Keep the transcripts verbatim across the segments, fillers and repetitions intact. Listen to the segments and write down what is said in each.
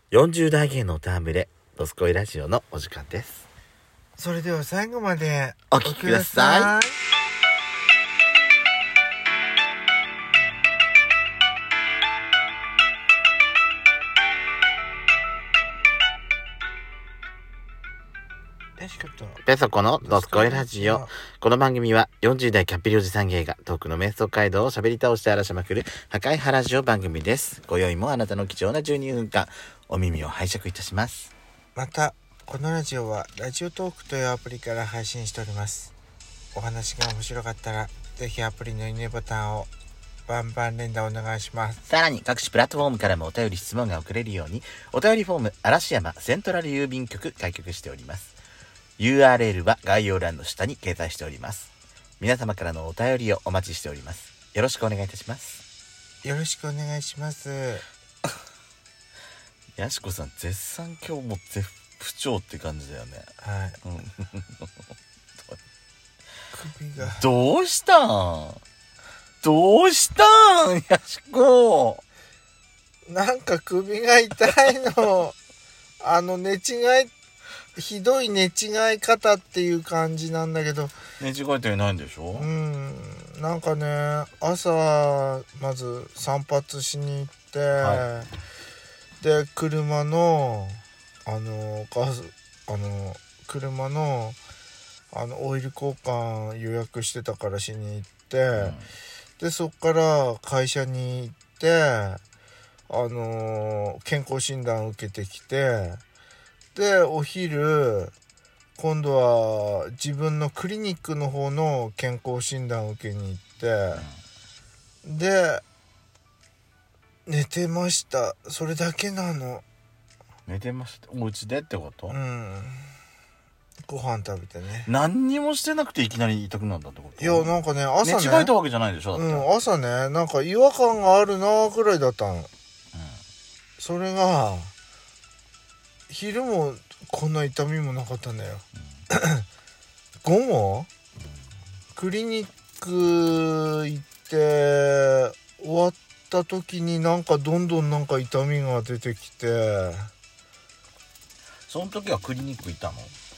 よんじゅう代芸のタームレドスコイラジオのお時間です。 それでは最後までお聞きください。ペソコのドスコイラジオ。この番組はよんじゅう代キャッピリおじさん芸がトークの瞑想街道を喋り倒して荒らしまくる破壊派ラジオ番組です。今宵もあなたの貴重なじゅうにふんかんお耳を拝借いたします。 またこのラジオはラジオトークというアプリから配信しております。お話が面白かったらぜひアプリのいいねボタンをバンバン連打お願いします。 さらに各種プラットフォームからもお便り質問が送れるようにお便りフォーム嵐山セントラル郵便局開局しております。ユーアールエル は概要欄の下に掲載しております。皆様からのお便りをお待ちしております。よろしくお願いいたします。 よろしくお願いします。 やしこさん絶賛今日も絶不調って感じだよね。 はい、 うん、 首がどうしたんどうしたんやしこ、 なんか首が痛いのあの寝違いひどい寝違い方っていう感じなんだけど、 寝違えてないんでしょ。 うん、なんかね朝まず散髪しに行って、はい、で車のあのガスあの車のあのオイル交換予約してたからしに行って、うん、でそっから会社に行ってあの健康診断受けてきて、でお昼今度は自分のクリニックの方の健康診断を受けに行って、うん、で寝てました。それだけなの。 寝てました。お家でってこと？ うん。ご飯食べてね。 何にもしてなくていきなり痛くなったってこと？ いやなんかね朝ね寝違えたわけじゃないでしょ。だって、 うん、朝ねなんか違和感があるなくらいだったの、うん、それが昼もこんな痛みもなかったんだよ、うん、午後、うん、クリニック行って終わった時になんかどんどんなんか痛みが出てきて、 その時はクリニック行ったの？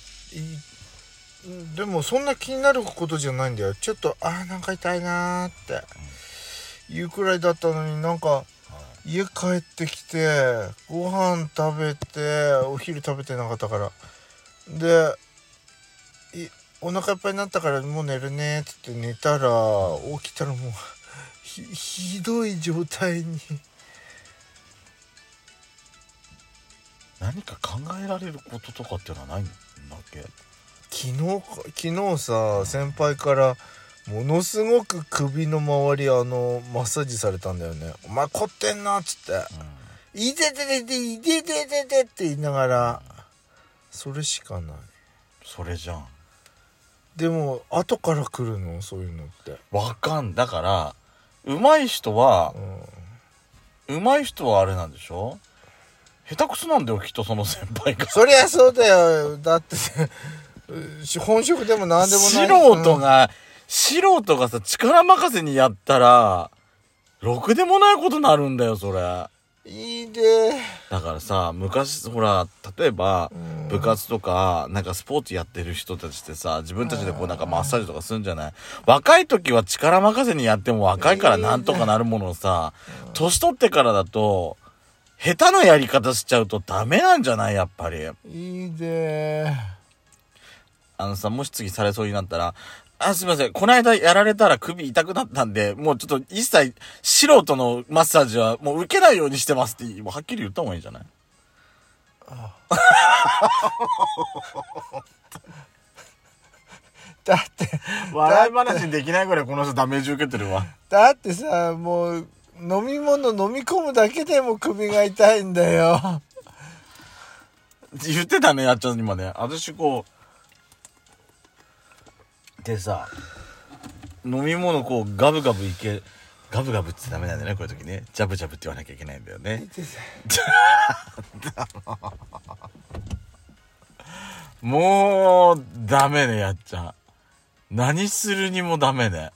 いでもそんな気になることじゃないんだよ。ちょっとあーなんか痛いなーっていうくらいだったのに、なんか家帰ってきてご飯食べてお昼食べてなかったからでいお腹いっぱいになったからもう寝るねって言って寝たら起きたらもう ひ, ひどい状態に。 何か考えられることとかっていうのはないんだっけ？ 昨日昨日さ先輩からものすごく首の周りあのマッサージされたんだよね。お前凝ってんなっつって、うん、いてててていててててって言いながら、うん、それしかない。 それじゃん。 でも後から来るのそういうのってわかんだから上手い人は、うん、上手い人はあれなんでしょ。下手くそなんだよきっとその先輩が。 そりゃそうだよ。だって本職でも何でもない。 素人が、うん、素人がさ力任せにやったらろくでもないことになるんだよそれ。 いいで。 だからさ昔ほら例えば、うん、部活とかなんかスポーツやってる人たちってさ自分たちでこうなんかマッサージとかするんじゃない？若い時は力任せにやっても若いからなんとかなるものをさ、いい年取ってからだと下手なやり方しちゃうとダメなんじゃない？やっぱりいいで。 あのさもし次されそうになったらあすいませんこの間やられたら首痛くなったんでもうちょっと一切素人のマッサージはもう受けないようにしてますってもうはっきり言った方がいいんじゃない？ああだって笑い話にできないぐらいこの人ダメージ受けてるわ。 だってさもう飲み物飲み込むだけでも首が痛いんだよ。 言ってたねやっちゃん今ね。私こうでさ飲み物こうガブガブいけガブガブってダメなんだよねこういう時ね。ジャブジャブって言わなきゃいけないんだよね。もうダメねやっちゃん。何するにもダメね。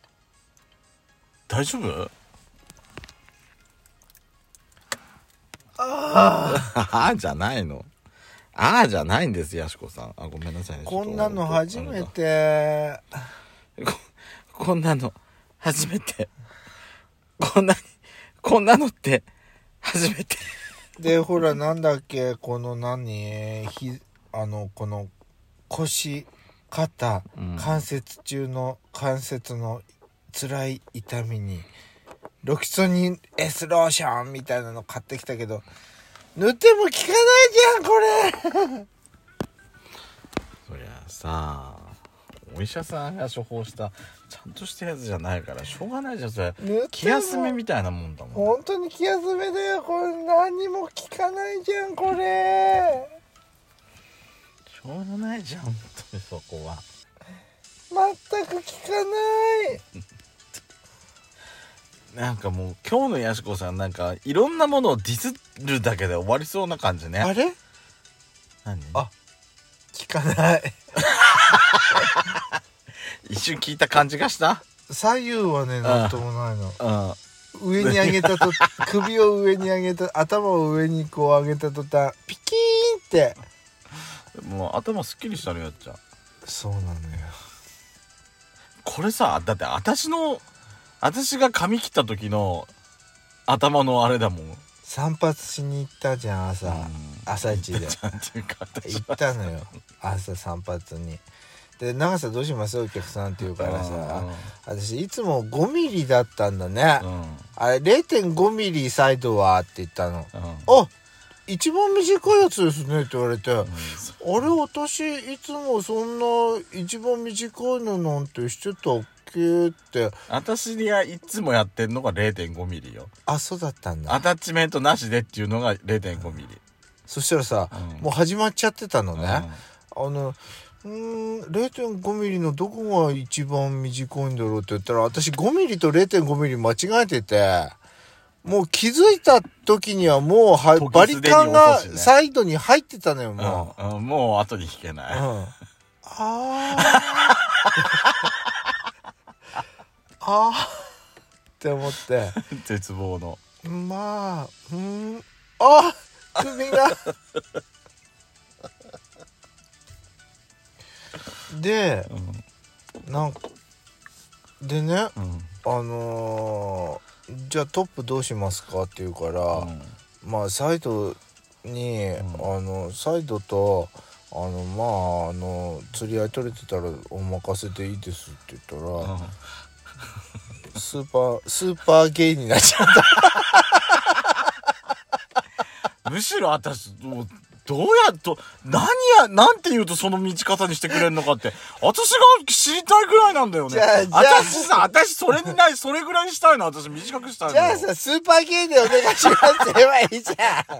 大丈夫？ あああじゃないの。ああじゃないんです、やしこさん。あ、ごめんなさいね。 こんなの初めて。 こ、こんなの初めて。こんなに、こんなのって初めて。 で、ほら、なんだっけ、この何、ひ、あの、この腰、肩、 うん関節中の関節の辛い痛みに、ロキソニン S ローションみたいなの買ってきたけど、塗っても効かないじゃん、これ。 そりゃさ、お医者さんが処方したちゃんとしたやつじゃないからしょうがないじゃん。それ気休めみたいなもんだもん。 本当に気休めだよ、これ。何も効かないじゃん、これ。 しょうがないじゃん、本当にそこは。 全く効かない。 なんかもう今日のやしこさん、なんかいろんなものをディスるだけで終わりそうな感じね。 あれ？ 何？ あ、効かない。 一瞬聞いた感じがした。 左右はね、なんともないの。 うん。 上に上げたと首を上に上げた、頭を上にこう上げた途端ピキーンって。 もう頭すっきりしたのやっちゃう。 そうなのよ。 これさ、だって私の私が髪切った時の頭のあれだもん。 散髪しに行ったじゃん、朝、 うん、 朝一で行ったのよ、朝散髪に。で、長さどうしますお客さんって言うからさ、私いつもごミリだったんだね、うん、あれ れいてんごミリサイドはって言ったの、うん、あ、一番短いやつですねって言われて、うん、あれ私いつもそんな一番短いのなんてしてたっけって。 私がいつもやってんのが れいてんごミリよ。 あ、そうだったんだ。 アタッチメントなしでっていうのが れいてんごミリ、うん、 そしたらさ、うん、もう始まっちゃってたのね、うん、あのうーん れいてんごミリのどこが一番短いんだろうって言ったら、私ごミリと れいてんごミリ間違えてて、もう気づいた時にはもうはバリカンがサイドに入ってたのよ、もう、 うんうん、もう後に引けない、うん、 ああーって思って絶望の、 まあうんあ首がで、うん、なんかでね、うん、あのー、じゃあトップどうしますかって言うから、うん、まあサイドに、うん、あのサイドとあのまああの釣り合い取れてたらお任せでいいですって言ったら、うん、スーパースーパーゲイになっちゃったむしろ私もうどうやっと何やなんて言うとその道方にしてくれるのかって私が知りたいぐらいなんだよね。 じゃあじゃあ私さ私それにないそれぐらいにしたいの。私短くしたいの。 じゃあさスーパーゲイでお願いしますって言えばいいじゃん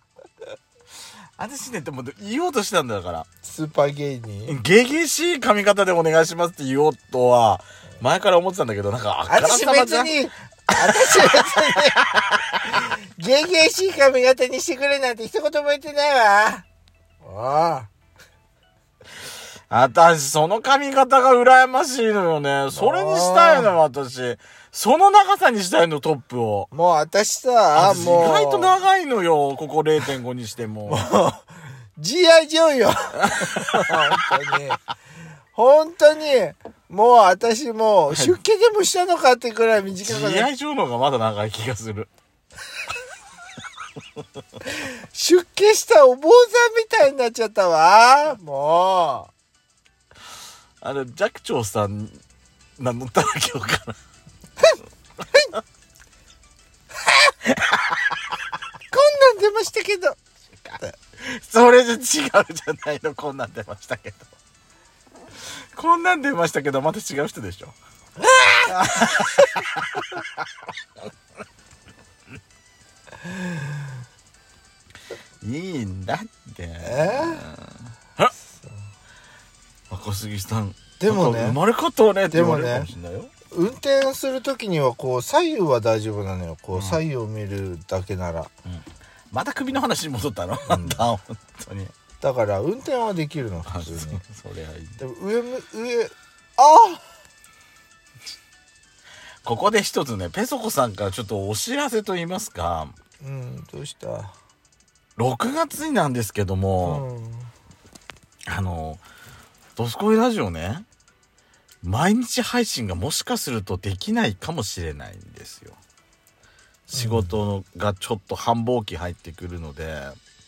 私ねでも言おうとしたんだからスーパーゲイにゲゲしい髪型でお願いしますって言おうとは前から思ってたんだけど、なんかあからさまじゃん。私別に私別にゲゲしい髪型にしてくれなんて一言も言ってないわ。ああ私その髪型が羨ましいのよね。それにしたいの私。その長さにしたいのトップを。 もう私さもう意外と長いのよここ れいてんご にしても。もうジーアイ ジョーよ本当に本当にもう私もう出家でもしたのかってくらい短かった。 ジーアイ ジョーの方がまだ長い気がする出家したお坊さんみたいになっちゃったわ。もうあの寂聴さん名乗ったら今日からこんなん出ましたけどそれで違うじゃないの。こんなん出ましたけどこんなん出ましたけどまた違う人でしょいいんだって。えー、赤杉さんでもね生まれ変わったわねって言われるかもしれないよ。 運転するときにはこう左右は大丈夫なのよ。こう左右を見るだけなら、うん、 また首の話に戻ったの、うん、本当にだから運転はできるの普通に。 それはいい。 でも上上あここで一つねペソコさんからちょっとお知らせと言いますか。 うんどうした。 ろくがつになんですけども、 うん、 あのドスコイラジオね、毎日配信がもしかするとできないかもしれないんですよ。仕事がちょっと繁忙期入ってくるので、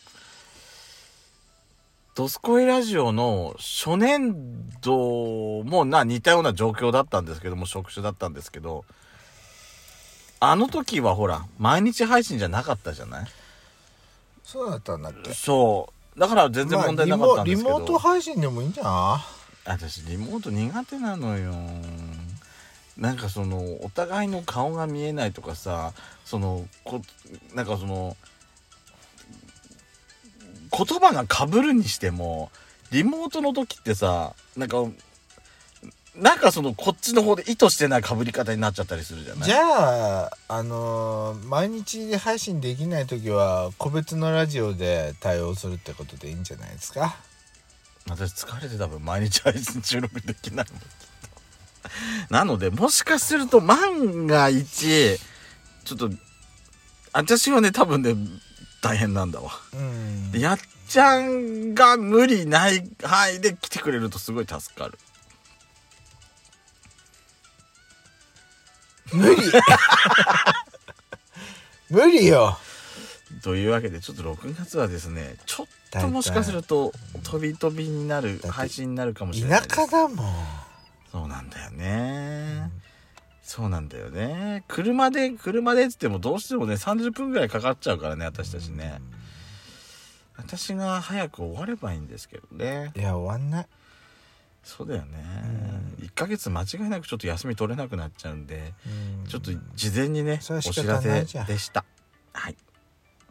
ドスコイラジオの初年度もな似たような状況だったんですけども、職種だったんですけど、あの時はほら毎日配信じゃなかったじゃない。 そうだったんだっけ。 そうだから全然問題なかったんですけど、 まあ、リモ、リモート配信でもいいんじゃない。 私リモート苦手なのよ。なんかそのお互いの顔が見えないとかさ、そのこなんかその言葉が被るにしても、リモートの時ってさ、なんかなんかそのこっちの方で意図してない被り方になっちゃったりするじゃない。 じゃああのー、毎日配信できない時は個別のラジオで対応するってことでいいんじゃないですか。 私疲れて多分毎日配信収録できないもんなので、もしかすると万が一ちょっと私はね多分ね大変なんだわ、うん、やっちゃんが無理ない範囲で来てくれるとすごい助かる。 無理無理よ。 というわけでちょっとろくがつはですね、ちょっともしかすると飛び飛びになる配信になるかもしれないです。 田舎だもん。 そうなんだよね、うん、そうなんだよね。車で車でっつってもどうしてもねさんじゅっぷんぐらいかかっちゃうからね、私たちね、うん、私が早く終わればいいんですけどね。 いや終わんない。 そうだよね、うん、いっかげつ間違いなくちょっと休み取れなくなっちゃうんで、うん、ちょっと事前にねお知らせでした。はい。